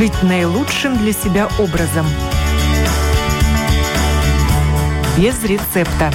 жить наилучшим для себя образом. Без рецепта.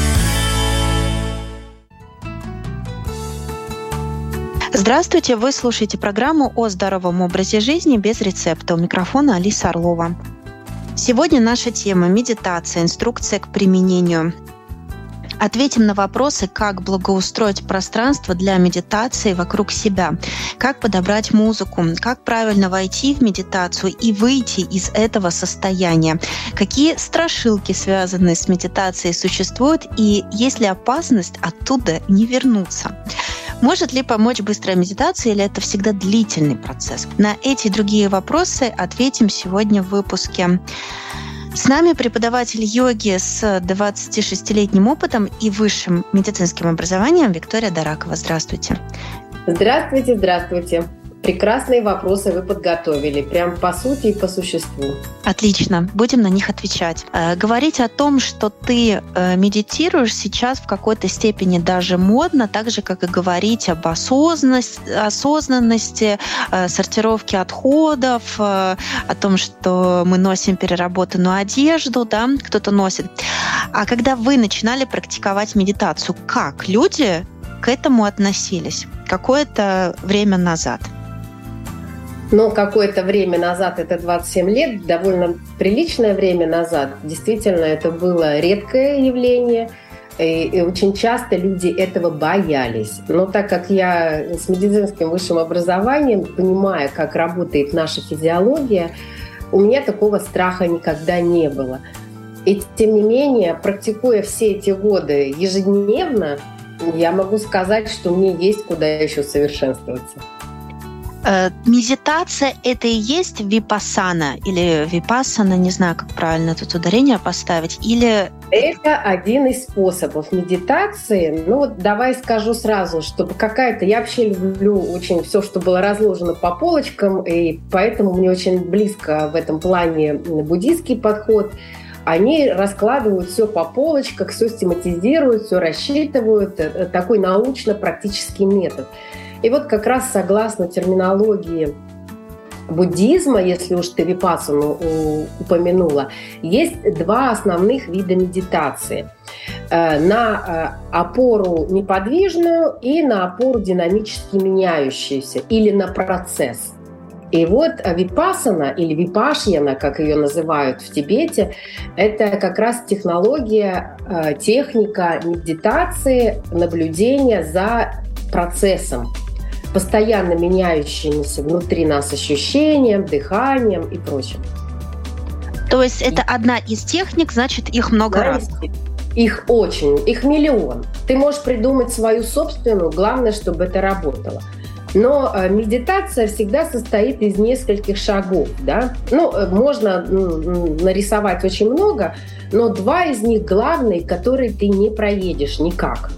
Здравствуйте, вы слушаете программу о здоровом образе жизни без рецепта. У микрофона Алиса Орлова. Сегодня наша тема – медитация, инструкция к применению. Ответим на вопросы, как благоустроить пространство для медитации вокруг себя, как подобрать музыку, как правильно войти в медитацию и выйти из этого состояния, какие страшилки, связанные с медитацией, существуют и есть ли опасность оттуда не вернуться. Может ли помочь быстрая медитация или это всегда длительный процесс? На эти и другие вопросы ответим сегодня в выпуске. С нами преподаватель йоги с 26-летним опытом и высшим медицинским образованием Виктория Даракова. Здравствуйте. Здравствуйте, здравствуйте. Прекрасные вопросы вы подготовили, прям по сути и по существу. Отлично, будем на них отвечать. Говорить о том, что ты медитируешь, сейчас в какой-то степени даже модно, так же, как и говорить об осознанности, сортировке отходов, о том, что мы носим переработанную одежду, да, кто-то носит. А когда вы начинали практиковать медитацию, как люди к этому относились? Какое-то время назад? Но какое-то время назад, это 27 лет, довольно приличное время назад, действительно, это было редкое явление, и очень часто люди этого боялись. Но так как я с медицинским высшим образованием, понимая, как работает наша физиология, у меня такого страха никогда не было. И тем не менее, практикуя все эти годы ежедневно, я могу сказать, что мне есть куда еще совершенствоваться. Медитация – это и есть випассана или випассана, не знаю, как правильно тут ударение поставить, или… Это один из способов медитации. Ну вот давай скажу сразу, чтобы какая-то… Я вообще люблю очень все, что было разложено по полочкам, и поэтому мне очень близко в этом плане буддийский подход. Они раскладывают все по полочкам, все систематизируют, все рассчитывают. Такой научно-практический метод. И вот как раз согласно терминологии буддизма, если уж ты випассану упомянула, есть два основных вида медитации. На опору неподвижную и на опору динамически меняющуюся, или на процесс. И вот випассана или випашьяна, как ее называют в Тибете, это как раз технология, техника медитации, наблюдения за процессом, постоянно меняющимися внутри нас ощущением, дыханием и прочим. То есть это одна из техник, значит, их много раз? Их миллион. Ты можешь придумать свою собственную, главное, чтобы это работало. Но медитация всегда состоит из нескольких шагов. Да? Можно нарисовать очень много, но два из них главные, которые ты не проедешь никак.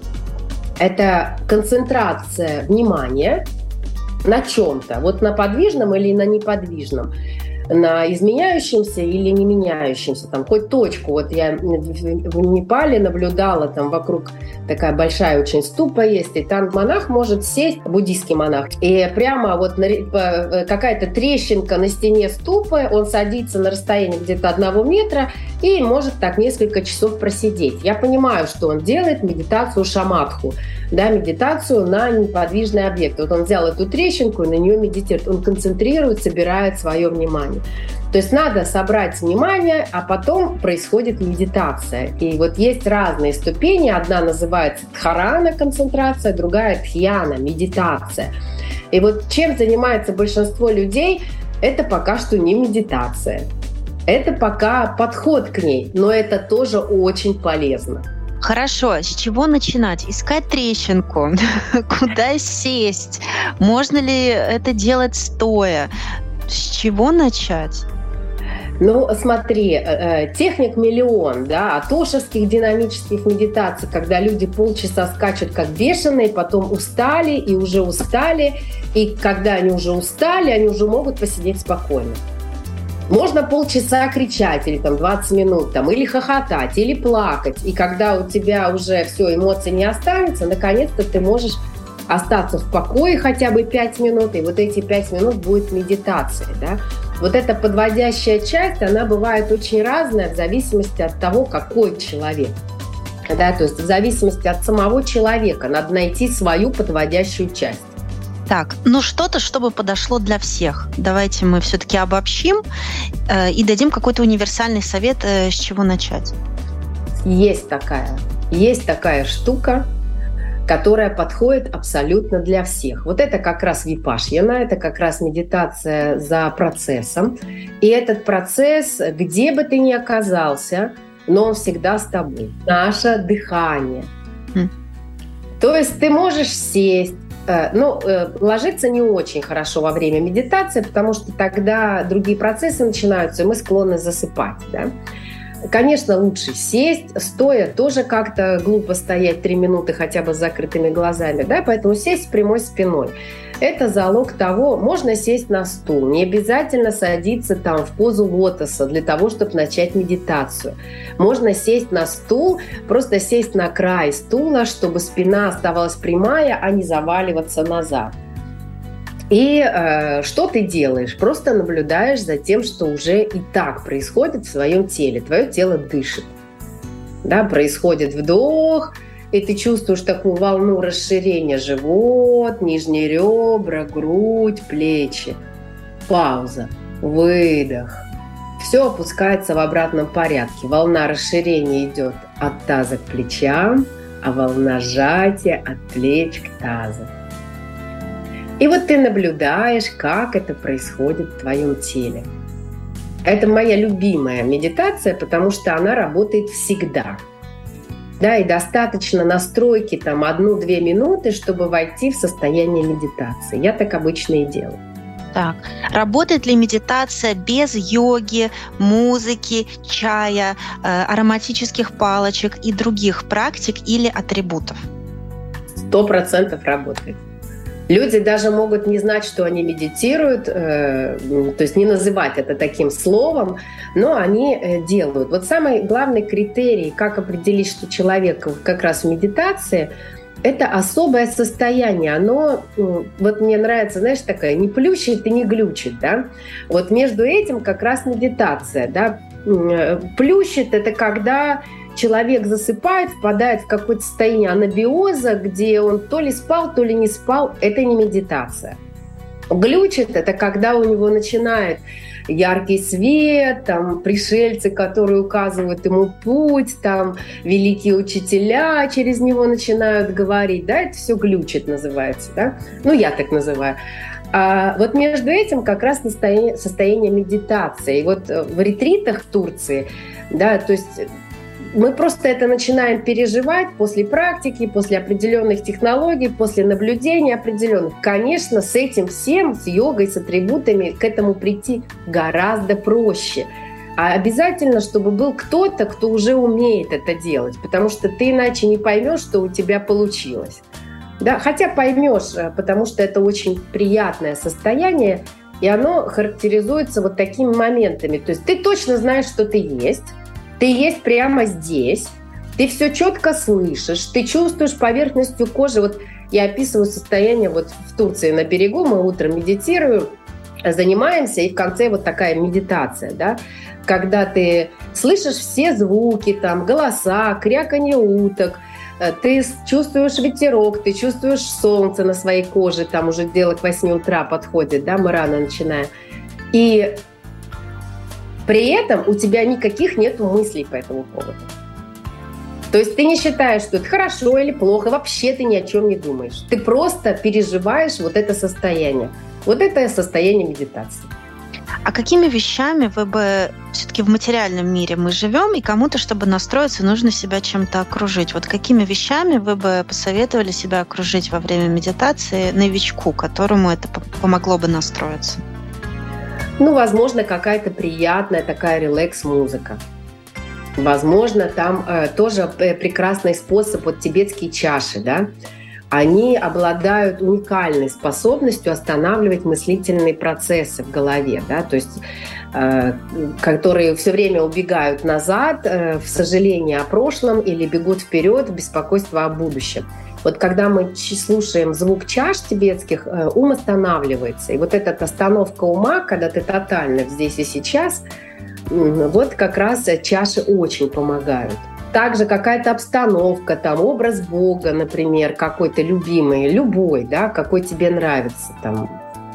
Это концентрация внимания на чем-то, вот на подвижном или на неподвижном, на изменяющемся или не меняющемся, там хоть точку. Вот я в Непале наблюдала, там вокруг такая большая очень ступа есть, и там монах может сесть, буддийский монах, и прямо вот какая-то трещинка на стене ступы, он садится на расстоянии где-то 1 метра и может так несколько часов просидеть. Я понимаю, что он делает медитацию шаматху, да, медитацию на неподвижный объект. Вот он взял эту трещинку и на нее медитирует, он концентрирует, собирает свое внимание. То есть надо собрать внимание, а потом происходит медитация. И вот есть разные ступени. Одна называется дхарана, концентрация, другая дхьяна, медитация. И вот чем занимается большинство людей, это пока что не медитация. Это пока подход к ней, но это тоже очень полезно. Хорошо, с чего начинать? Искать трещинку? Куда сесть? Можно ли это делать стоя? С чего начать? Ну, смотри, техник миллион, да, атошевских динамических медитаций, когда люди полчаса скачут как бешеные, потом устали, и когда они уже устали, они уже могут посидеть спокойно. Можно полчаса кричать, или там 20 минут, там, или хохотать, или плакать. И когда у тебя уже все, эмоций не останется, наконец-то ты можешь остаться в покое хотя бы 5 минут, и вот эти 5 минут будет медитация. Да? вот эта подводящая часть, она бывает очень разная в зависимости от того, какой человек. Да, то есть в зависимости от самого человека надо найти свою подводящую часть. Так, ну что-то, чтобы подошло для всех. Давайте мы все-таки обобщим и дадим какой-то универсальный совет, с чего начать. Есть такая штука, которая подходит абсолютно для всех. Вот это как раз випашьяна, это как раз медитация за процессом. И этот процесс, где бы ты ни оказался, но он всегда с тобой. Наше дыхание. То есть ты можешь сесть, ложиться не очень хорошо во время медитации, потому что тогда другие процессы начинаются, и мы склонны засыпать. Да? Конечно, лучше сесть, стоя тоже как-то глупо стоять 3 минуты хотя бы с закрытыми глазами, да? Поэтому сесть с прямой спиной. Это залог того, можно сесть на стул, не обязательно садиться там в позу лотоса для того, чтобы начать медитацию. Можно сесть на стул, просто сесть на край стула, чтобы спина оставалась прямая, а не заваливаться назад. И что ты делаешь? Просто наблюдаешь за тем, что уже и так происходит в своем теле. Твое тело дышит. Да, происходит вдох, и ты чувствуешь такую волну расширения: живот, нижние ребра, грудь, плечи. Пауза, выдох. Все опускается в обратном порядке. Волна расширения идет от таза к плечам, а волна сжатия от плеч к тазу. И вот ты наблюдаешь, как это происходит в твоем теле. Это моя любимая медитация, потому что она работает всегда. Да, и достаточно настройки 1-2 минуты, чтобы войти в состояние медитации. Я так обычно и делаю. Так, работает ли медитация без йоги, музыки, чая, ароматических палочек и других практик или атрибутов? 100% работает. Люди даже могут не знать, что они медитируют, то есть не называть это таким словом, но они делают. Вот самый главный критерий, как определить, что человек как раз в медитации, это особое состояние. Оно, вот мне нравится, знаешь, такое, не плющит и не глючит, да? Вот между этим как раз медитация, да? Плющит — это когда человек засыпает, впадает в какое-то состояние анабиоза, где он то ли спал, то ли не спал. Это не медитация. Глючит — это когда у него начинает яркий свет, там пришельцы, которые указывают ему путь, там великие учителя через него начинают говорить. Да, это все глючит называется. Да? Ну, я так называю. А вот между этим как раз состояние медитации. И вот в ретритах в Турции, да, то есть мы просто это начинаем переживать после практики, после определенных технологий, после наблюдений определенных. Конечно, с этим всем, с йогой, с атрибутами, к этому прийти гораздо проще. А обязательно, чтобы был кто-то, кто уже умеет это делать, потому что ты иначе не поймешь, что у тебя получилось. Да, хотя поймешь, потому что это очень приятное состояние, и оно характеризуется вот такими моментами. То есть ты точно знаешь, что ты есть прямо здесь, ты все четко слышишь, ты чувствуешь поверхностью кожи. Вот я описываю состояние вот в Турции на берегу, мы утром медитируем, занимаемся, и в конце вот такая медитация, да, когда ты слышишь все звуки, там, голоса, кряканье уток, ты чувствуешь ветерок, ты чувствуешь солнце на своей коже, там уже дело к 8 утра подходит, да, мы рано начинаем. И при этом у тебя никаких нет мыслей по этому поводу. То есть ты не считаешь, что это хорошо или плохо, вообще ты ни о чем не думаешь. Ты просто переживаешь вот это состояние. Вот это состояние медитации. А какими вещами вы бы все-таки в материальном мире мы живем, и кому-то, чтобы настроиться, нужно себя чем-то окружить? Вот какими вещами вы бы посоветовали себя окружить во время медитации новичку, которому это помогло бы настроиться? Ну, возможно, какая-то приятная такая релакс-музыка. Возможно, там тоже прекрасный способ, вот тибетские чаши, да, они обладают уникальной способностью останавливать мыслительные процессы в голове, да, то есть которые все время убегают назад в сожаление о прошлом или бегут вперед в беспокойство о будущем. Вот когда мы слушаем звук чаш тибетских, ум останавливается. И вот эта остановка ума, когда ты тотально здесь и сейчас, вот как раз чаши очень помогают. Также какая-то обстановка, там образ Бога, например, какой-то любимый, любой, да, какой тебе нравится, там,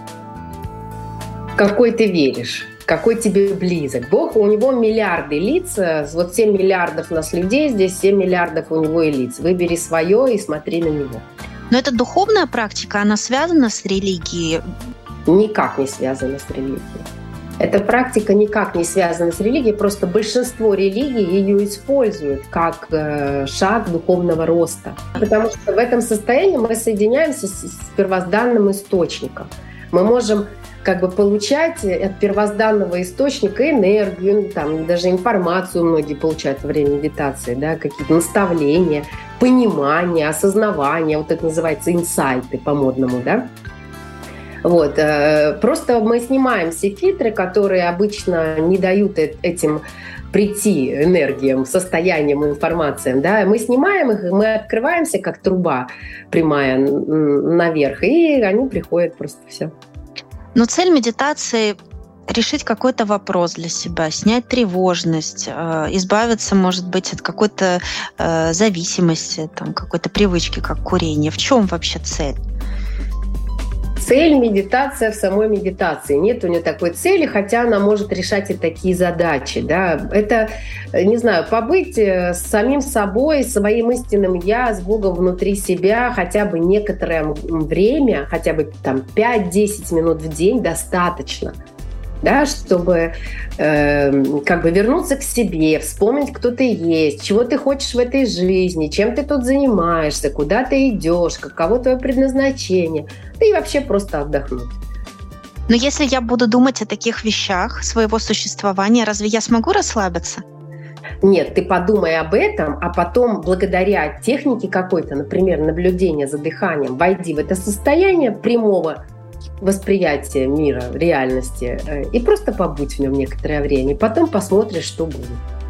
какой ты веришь, какой тебе близок. Бог, у него миллиарды лиц, вот 7 миллиардов нас людей, здесь 7 миллиардов у него и лиц. Выбери свое и смотри на него. Но это духовная практика, она связана с религией? Никак не связана с религией. Эта практика никак не связана с религией, просто большинство религий ее используют как шаг духовного роста. Потому что в этом состоянии мы соединяемся с первозданным источником. Мы можем как бы получать от первозданного источника энергию, там, даже информацию многие получают во время медитации, да, какие-то наставления, понимание, осознавание, вот это называется инсайты по-модному, да. Вот. Просто мы снимаем все фильтры, которые обычно не дают этим прийти энергиям, состояниям, информациям. Да? Мы снимаем их, и мы открываемся, как труба прямая наверх, и они приходят просто все. Но цель медитации — решить какой-то вопрос для себя, снять тревожность, избавиться, может быть, от какой-то зависимости, там, какой-то привычки, как курение. В чем вообще цель? Цель — медитация в самой медитации. Нет у нее такой цели, хотя она может решать и такие задачи. Да? Это, не знаю, побыть с самим собой, своим истинным «я», с Богом внутри себя хотя бы некоторое время, хотя бы там 5-10 минут в день достаточно. Да, чтобы как бы вернуться к себе, вспомнить, кто ты есть, чего ты хочешь в этой жизни, чем ты тут занимаешься, куда ты идешь, каково твое предназначение, да и вообще просто отдохнуть. Но если я буду думать о таких вещах своего существования, разве я смогу расслабиться? Нет, ты подумай об этом, а потом благодаря технике какой-то, например, наблюдения за дыханием, войди в это состояние прямого восприятие мира, реальности, и просто побудь в нем некоторое время, и потом посмотришь, что будет.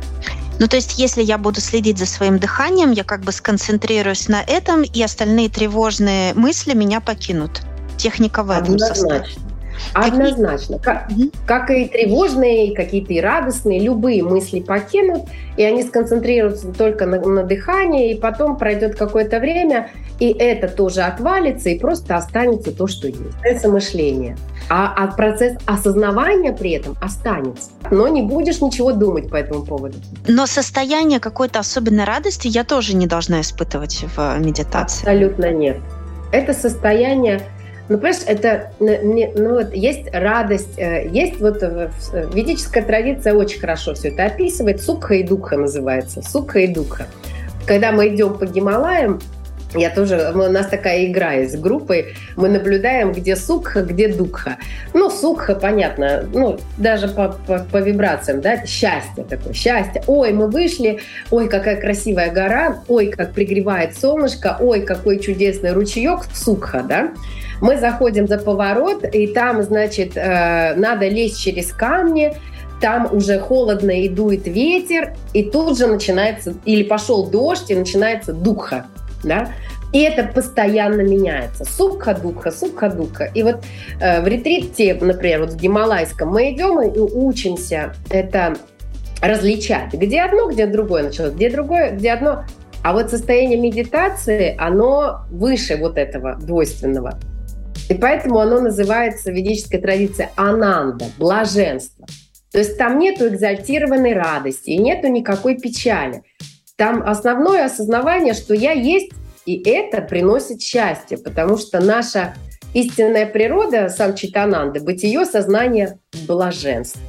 Ну, то есть, если я буду следить за своим дыханием, я как бы сконцентрируюсь на этом, и остальные тревожные мысли меня покинут. Техника в этом состоит. Однозначно. Как и тревожные, какие-то и радостные, любые мысли покинут, и они сконцентрируются только на дыхании, и потом пройдет какое-то время, и это тоже отвалится, и просто останется то, что есть. Это мышление. А процесс осознавания при этом останется. Но не будешь ничего думать по этому поводу. Но состояние какой-то особенной радости я тоже не должна испытывать в медитации. Абсолютно нет. Это состояние... Ну, понимаешь, это, вот, есть радость, есть вот ведическая традиция очень хорошо все это описывает. Сукха и дукха называется. Сукха и дукха. Когда мы идем по Гималаям, у нас такая игра есть с группой, мы наблюдаем, где сукха, где дукха. Ну, сукха, понятно, даже по вибрациям, да, это счастье такое, счастье. Ой, мы вышли, ой, какая красивая гора, ой, как пригревает солнышко, ой, какой чудесный ручеек, сукха, да. Мы заходим за поворот, и там, значит, надо лезть через камни, там уже холодно и дует ветер, и тут же начинается, или пошел дождь, и начинается дукха, да? И это постоянно меняется. Сукха, дукха, сукха, дукха. И вот в ретрите, например, вот в Гималайском мы идем и учимся это различать. Где одно, где другое началось, где другое, где одно. А вот состояние медитации, оно выше вот этого двойственного. И поэтому оно называется в ведической традиции ананда, блаженство. То есть там нету экзальтированной радости и нету никакой печали. Там основное осознавание, что я есть, и это приносит счастье, потому что наша истинная природа, Санчитананда, бытие, сознание, блаженство.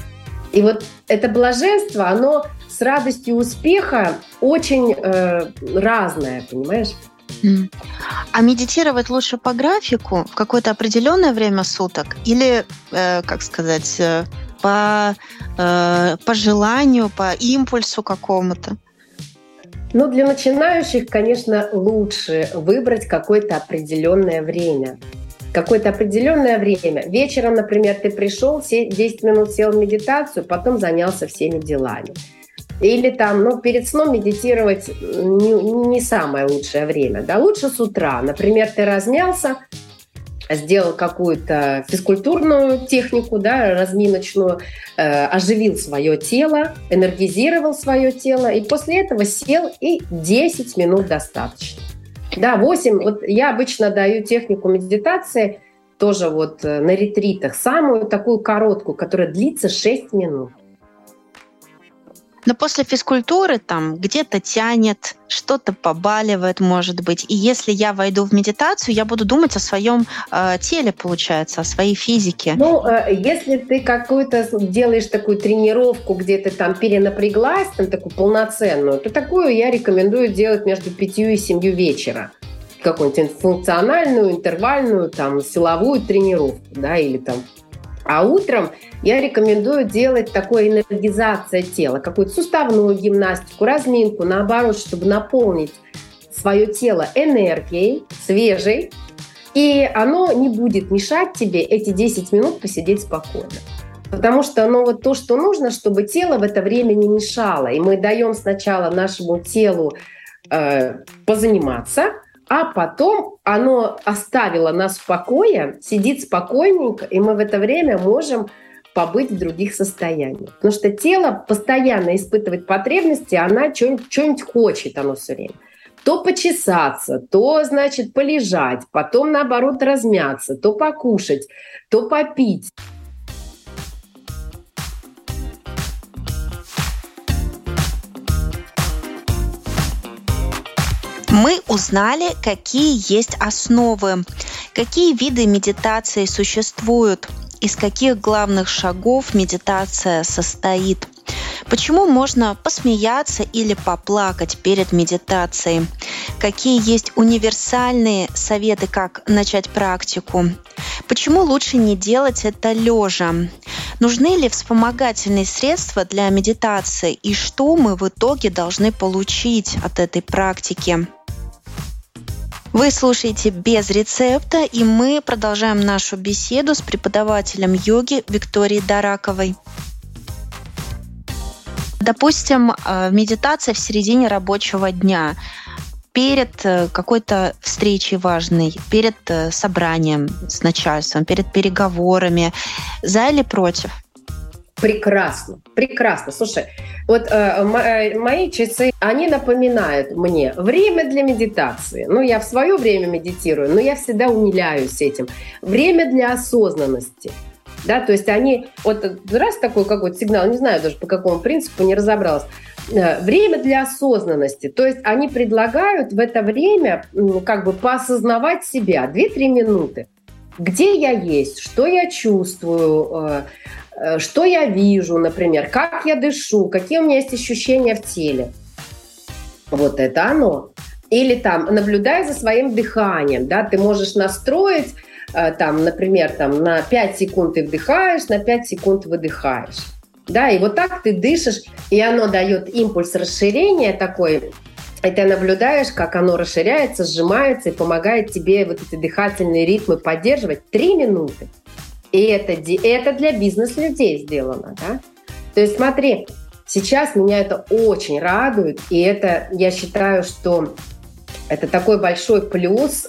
И вот это блаженство, оно с радостью успеха очень разное, понимаешь? А медитировать лучше по графику в какое-то определенное время суток или, по желанию, по импульсу какому-то? Ну, для начинающих, конечно, лучше выбрать какое-то определенное время. Какое-то определенное время. Вечером, например, ты пришел, 10 минут сел в медитацию, потом занялся всеми делами. Или там, перед сном медитировать не самое лучшее время. Да? Лучше с утра. Например, ты размялся, сделал какую-то физкультурную технику, да, разминочную, оживил свое тело, энергизировал свое тело, и после этого сел, и 10 минут достаточно. Да, 8. Вот я обычно даю технику медитации тоже вот на ретритах, самую такую короткую, которая длится 6 минут. Но после физкультуры там где-то тянет, что-то побаливает, может быть. И если я войду в медитацию, я буду думать о своем теле, получается, о своей физике. Если ты какую-то делаешь такую тренировку, где ты там перенапряглась, там такую полноценную, то такую я рекомендую делать между 5 и 7 вечера. Какую-нибудь функциональную, интервальную, там, силовую тренировку, да, или там. А утром я рекомендую делать такую энергизацию тела, какую-то суставную гимнастику, разминку, наоборот, чтобы наполнить свое тело энергией, свежей, и оно не будет мешать тебе эти 10 минут посидеть спокойно. Потому что вот то, что нужно, чтобы тело в это время не мешало. И мы даем сначала нашему телу позаниматься, а потом оно оставило нас в покое, сидит спокойненько, и мы в это время можем побыть в других состояниях. Потому что тело постоянно испытывает потребности, она что-нибудь хочет, оно все время. То почесаться, то, значит, полежать, потом, наоборот, размяться, то покушать, то попить. Мы узнали, какие есть основы, какие виды медитации существуют, из каких главных шагов медитация состоит, почему можно посмеяться или поплакать перед медитацией, какие есть универсальные советы, как начать практику, почему лучше не делать это лежа, нужны ли вспомогательные средства для медитации и что мы в итоге должны получить от этой практики. Вы слушаете «Без рецепта», и мы продолжаем нашу беседу с преподавателем йоги Викторией Дараковой. Допустим, медитация в середине рабочего дня, перед какой-то встречей важной, перед собранием с начальством, перед переговорами. За или против? Прекрасно, прекрасно. Слушай, вот мои часы, они напоминают мне время для медитации. Я в свое время медитирую, но я всегда умиляюсь этим. Время для осознанности. Да, то есть они, вот раз такой какой-то сигнал, не знаю даже по какому принципу, не разобралась. Время для осознанности. То есть они предлагают в это время как бы поосознавать себя 2-3 минуты. Где я есть, что я чувствую, что я вижу, например, как я дышу, какие у меня есть ощущения в теле. Вот это оно. Или там, наблюдай за своим дыханием, да, ты можешь настроить, там, например, там, на 5 секунд ты вдыхаешь, на 5 секунд выдыхаешь. Да, и вот так ты дышишь, и оно дает импульс расширения такой, и ты наблюдаешь, как оно расширяется, сжимается и помогает тебе вот эти дыхательные ритмы поддерживать 3 минуты. И это для бизнес-людей сделано, да? То есть смотри, сейчас меня это очень радует, и это, я считаю, что это такой большой плюс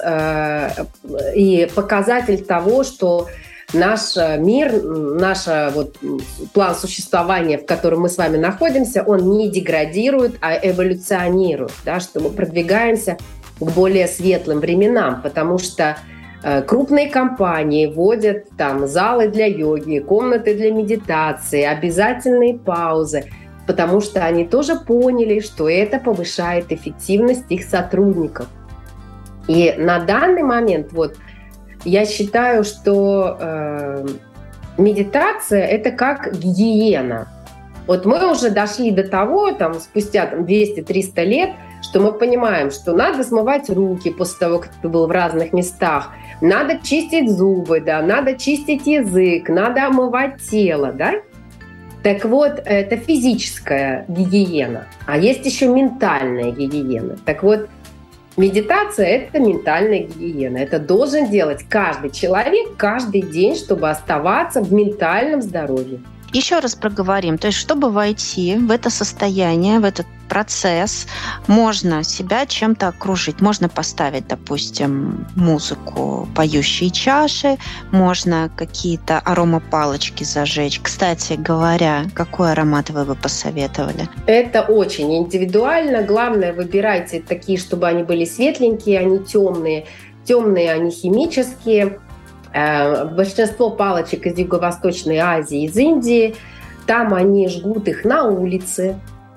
и показатель того, что наш мир, наш план существования, в котором мы с вами находимся, он не деградирует, а эволюционирует, да, что мы продвигаемся к более светлым временам, потому что крупные компании вводят там залы для йоги, комнаты для медитации, обязательные паузы, потому что они тоже поняли, что это повышает эффективность их сотрудников. И на данный момент я считаю, что медитация – это как гигиена. Вот мы уже дошли до того, спустя 200-300 лет, что мы понимаем, что надо смывать руки после того, как ты был в разных местах, надо чистить зубы, да, надо чистить язык, надо омывать тело, да? Так вот, это физическая гигиена, а есть еще ментальная гигиена. Так вот, медитация – это ментальная гигиена. Это должен делать каждый человек каждый день, чтобы оставаться в ментальном здоровье. Еще раз проговорим. То есть, чтобы войти в это состояние, в этот процесс, можно себя чем-то окружить. Можно поставить, допустим, музыку «Поющие чаши», можно какие-то аромапалочки зажечь. Кстати говоря, какой аромат вы бы посоветовали? Это очень индивидуально. Главное, выбирайте такие, чтобы они были светленькие, они темные. Темные, они химические. Большинство палочек из Юго-Восточной Азии, из Индии, там они жгут их на улице,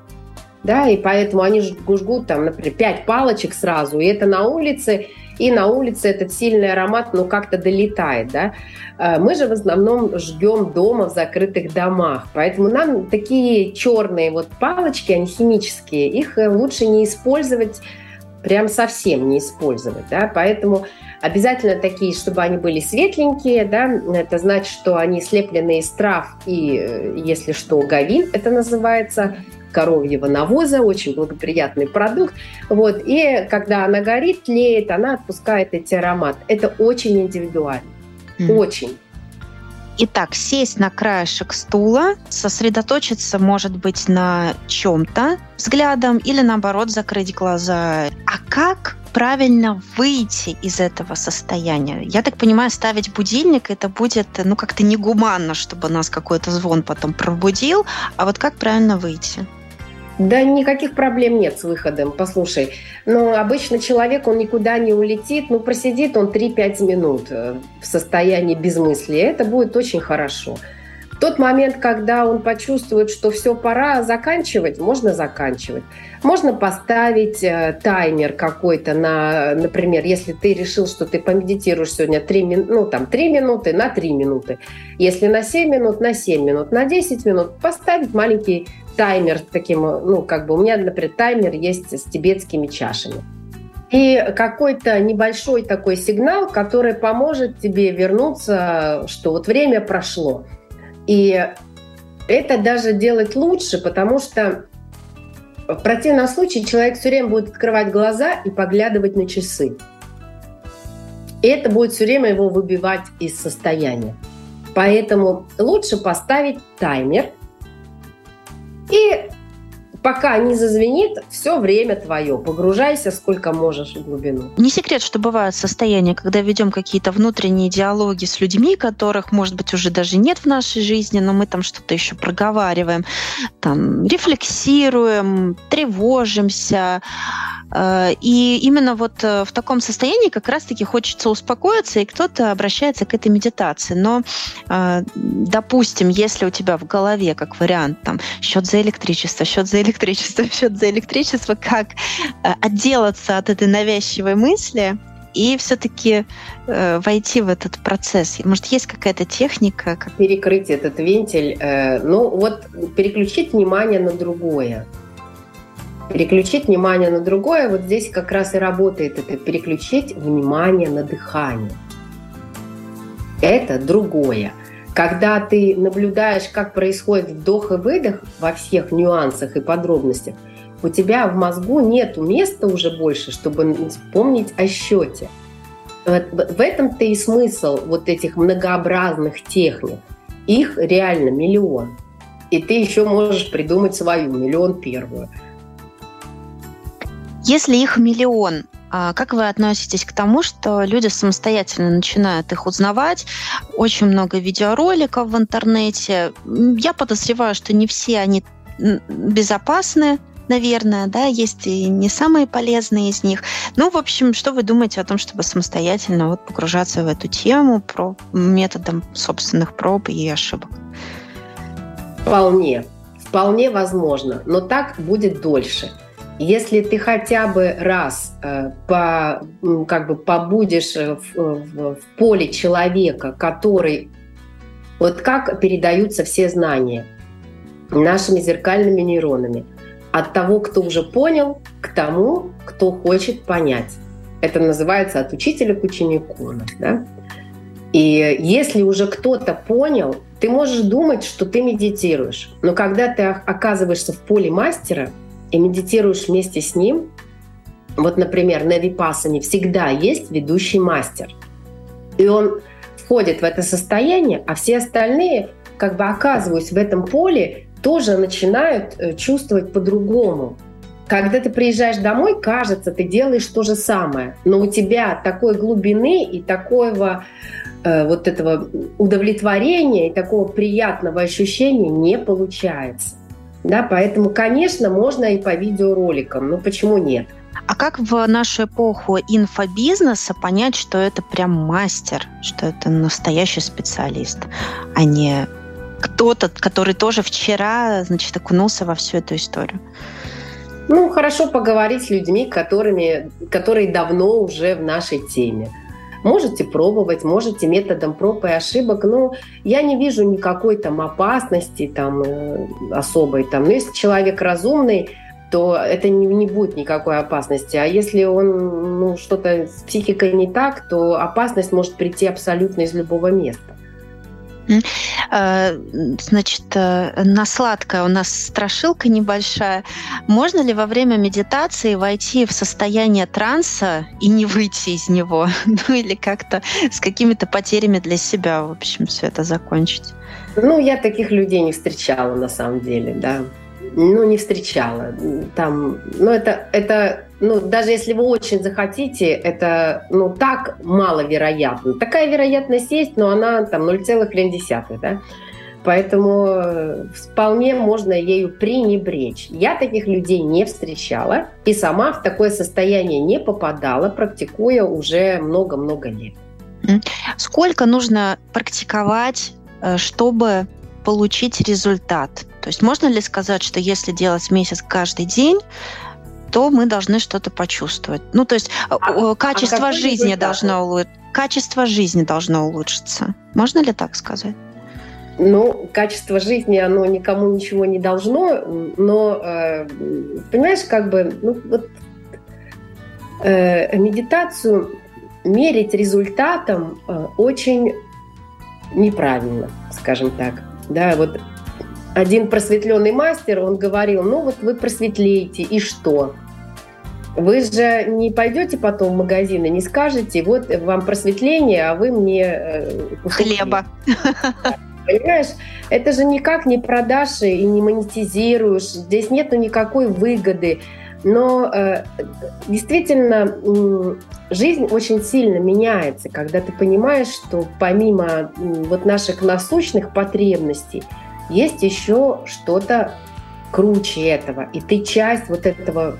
да, и поэтому они жгут там, например, 5 палочек сразу, и это на улице, и на улице этот сильный аромат, как-то долетает, да. Мы же в основном жгем дома, в закрытых домах, поэтому нам такие черные вот палочки, они химические, их лучше не использовать, прям совсем не использовать, да, поэтому обязательно такие, чтобы они были светленькие, да, это значит, что они слеплены из трав и, если что, говин, это называется, коровьего навоза, очень благоприятный продукт, вот, и когда она горит, тлеет, она отпускает эти ароматы. Это очень индивидуально, очень. Итак, сесть на краешек стула, сосредоточиться, может быть, на чем-то взглядом или, наоборот, закрыть глаза. А как правильно выйти из этого состояния? Я так понимаю, ставить будильник это будет, как-то негуманно, чтобы нас какой-то звон потом пробудил. А вот как правильно выйти? Да никаких проблем нет с выходом. Послушай, обычно человек, он никуда не улетит, просидит он 3-5 минут в состоянии безмыслия. Это будет очень хорошо. В тот момент, когда он почувствует, что все, пора заканчивать, можно заканчивать. Можно поставить таймер какой-то на, например, если ты решил, что ты помедитируешь сегодня 3 минуты на 3 минуты. Если на 7 минут, на 7 минут, на 10 минут поставить маленький таймер таким, у меня, например, таймер есть с тибетскими чашами. И какой-то небольшой такой сигнал, который поможет тебе вернуться, что вот время прошло. И это даже делать лучше, потому что в противном случае человек все время будет открывать глаза и поглядывать на часы. И это будет все время его выбивать из состояния. Поэтому лучше поставить таймер, и пока не зазвенит, все время твое. Погружайся сколько можешь в глубину. Не секрет, что бывают состояния, когда ведем какие-то внутренние диалоги с людьми, которых, может быть, уже даже нет в нашей жизни, но мы там что-то еще проговариваем, там, рефлексируем, тревожимся. И именно вот в таком состоянии как раз-таки хочется успокоиться, и кто-то обращается к этой медитации. Но, допустим, если у тебя в голове, как вариант, там, счет за электричество, как отделаться от этой навязчивой мысли и все-таки войти в этот процесс? Может, есть какая-то техника? Как... Перекрыть этот вентиль, переключить внимание на другое. Переключить внимание на другое, вот здесь как раз и работает это, переключить внимание на дыхание. Это другое. Когда ты наблюдаешь, как происходит вдох и выдох во всех нюансах и подробностях, у тебя в мозгу нет места уже больше, чтобы вспомнить о счете. В этом-то и смысл вот этих многообразных техник. Их реально миллион. И ты еще можешь придумать свою, 1,000,001. Если их миллион, как вы относитесь к тому, что люди самостоятельно начинают их узнавать? Очень много видеороликов в интернете. Я подозреваю, что не все они безопасны, наверное, да, есть и не самые полезные из них. В общем, что вы думаете о том, чтобы самостоятельно погружаться в эту тему методом собственных проб и ошибок? Вполне возможно, но так будет дольше. Если ты хотя бы раз побудешь в поле человека, который... Вот как передаются все знания нашими зеркальными нейронами. От того, кто уже понял, к тому, кто хочет понять. Это называется от учителя к ученику. Да? И если уже кто-то понял, ты можешь думать, что ты медитируешь. Но когда ты оказываешься в поле мастера, и медитируешь вместе с ним, вот, например, на випассане всегда есть ведущий мастер. И он входит в это состояние, а все остальные как бы оказываюсь в этом поле, тоже начинают чувствовать по-другому. Когда ты приезжаешь домой, кажется, ты делаешь то же самое, но у тебя такой глубины и такого вот этого удовлетворения и такого приятного ощущения не получается. Да, поэтому, конечно, можно и по видеороликам, но почему нет? А как в нашу эпоху инфобизнеса понять, что это прям мастер, что это настоящий специалист, а не кто-то, который тоже вчера, значит, окунулся во всю эту историю? Ну, хорошо поговорить с людьми, которые давно уже в нашей теме. Можете пробовать, можете методом проб и ошибок, но я не вижу никакой там опасности там, особой. Там. Но если человек разумный, то это не будет никакой опасности. А если он что-то с психикой не так, то опасность может прийти абсолютно из любого места. Значит, на сладкое у нас страшилка небольшая. Можно ли во время медитации войти в состояние транса и не выйти из него? Ну или как-то с какими-то потерями для себя, в общем, все это закончить? Ну, я таких людей не встречала на самом деле, да. Ну, не встречала. Там, даже если вы очень захотите, это, так маловероятно. Такая вероятность есть, но она там 0,1, да. Поэтому вполне можно ею пренебречь. Я таких людей не встречала и сама в такое состояние не попадала, практикуя уже много-много лет. Сколько нужно практиковать, чтобы получить результат? То есть можно ли сказать, что если делать месяц каждый день, то мы должны что-то почувствовать? Ну, то есть качество жизни должно улучшиться. Можно ли так сказать? Ну, качество жизни, оно никому ничего не должно, но, понимаешь, медитацию мерить результатом очень неправильно, скажем так. Да, вот один просветленный мастер, он говорил, вы просветлеете, и что? Вы же не пойдете потом в магазин и не скажете, вот вам просветление, а вы мне хлеба. Понимаешь, это же никак не продашь и не монетизируешь, здесь нету никакой выгоды. Но действительно, жизнь очень сильно меняется, когда ты понимаешь, что помимо наших насущных потребностей есть еще что-то круче этого. И ты часть вот этого,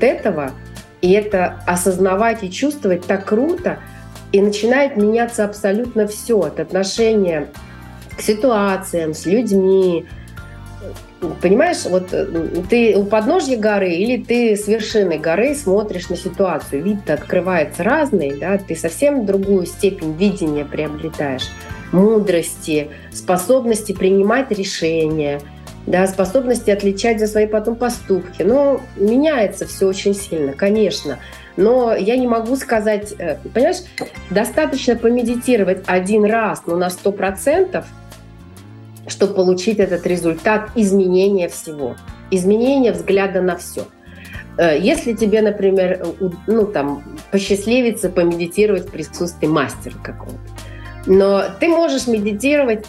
и это осознавать и чувствовать так круто, и начинает меняться абсолютно все от отношения к ситуациям, с людьми. Понимаешь, вот ты у подножья горы или ты с вершины горы смотришь на ситуацию, вид-то открывается разный, да, ты совсем другую степень видения приобретаешь, мудрости, способности принимать решения, да, способности отличать за свои потом поступки. Но меняется все очень сильно, конечно. Но я не могу сказать, понимаешь, достаточно помедитировать один раз, на 100%, чтобы получить этот результат изменения всего, изменения взгляда на все. Если тебе, например, посчастливится помедитировать в присутствии мастера какого-то, но ты можешь медитировать,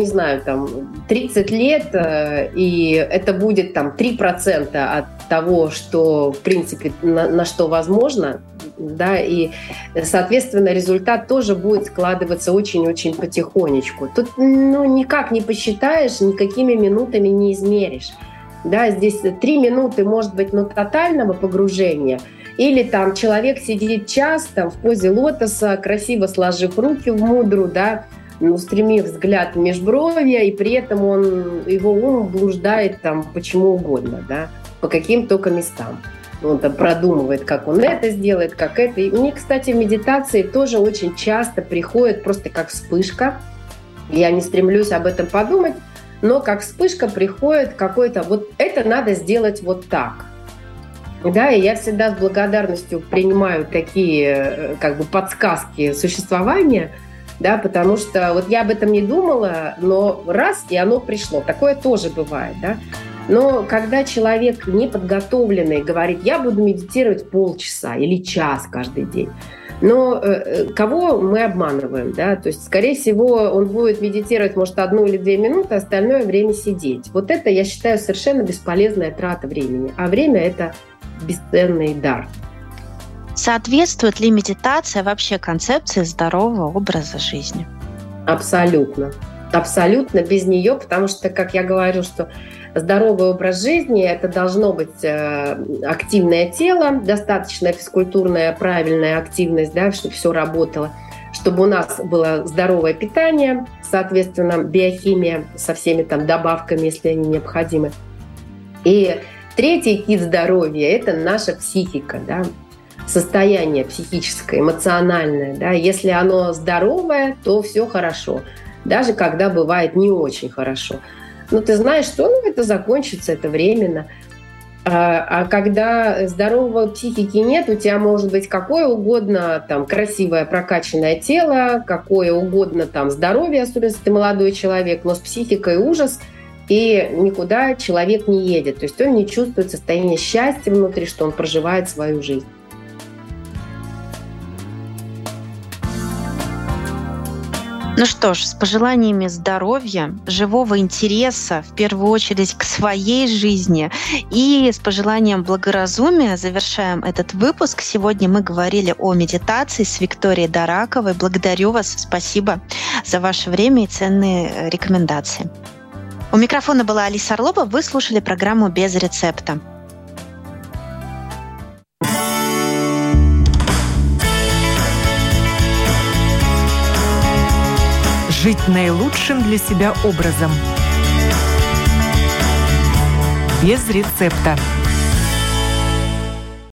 30 лет, и это будет 3% от того, что, в принципе, на что возможно, да, и, соответственно, результат тоже будет складываться очень-очень потихонечку. Тут, никак не посчитаешь, никакими минутами не измеришь. Да, здесь 3 минуты, может быть, тотального погружения, или человек сидит час в позе лотоса, красиво сложив руки в мудру, да, устремив взгляд в межбровья, и при этом его ум блуждает почему угодно, да, по каким только местам. Он продумывает, как он это сделает, как это. И мне, кстати, в медитации тоже очень часто приходит просто как вспышка. Я не стремлюсь об этом подумать, но как вспышка приходит какой-то, вот это надо сделать вот так. Да, и я всегда с благодарностью принимаю такие подсказки существования, да, потому что вот я об этом не думала, но раз, и оно пришло. Такое тоже бывает, да. Но когда человек неподготовленный говорит, я буду медитировать полчаса или час каждый день, Но кого мы обманываем, да? То есть, скорее всего, он будет медитировать, может, 1 или 2 минуты, остальное время сидеть. Вот это, я считаю, совершенно бесполезная трата времени. А время – это бесценный дар. Соответствует ли медитация вообще концепции здорового образа жизни? Абсолютно. Абсолютно без нее, потому что, как я говорю, что здоровый образ жизни – это должно быть активное тело, достаточно физкультурная, правильная активность, да, чтобы все работало, чтобы у нас было здоровое питание, соответственно, биохимия со всеми там добавками, если они необходимы. И третий тип здоровья – это наша психика, да, состояние психическое, эмоциональное. Да. Если оно здоровое, то все хорошо, даже когда бывает не очень хорошо. Но ты знаешь, что это закончится, это временно. А когда здоровой психики нет, у тебя может быть какое угодно там красивое прокачанное тело, какое угодно там здоровье, особенно если ты молодой человек, но с психикой ужас, и никуда человек не едет. То есть он не чувствует состояние счастья внутри, что он проживает свою жизнь. Ну что ж, с пожеланиями здоровья, живого интереса, в первую очередь, к своей жизни и с пожеланием благоразумия завершаем этот выпуск. Сегодня мы говорили о медитации с Викторией Дараковой. Благодарю вас, спасибо за ваше время и ценные рекомендации. У микрофона была Алиса Орлова. Вы слушали программу «Без рецепта». Жить наилучшим для себя образом. Без рецепта.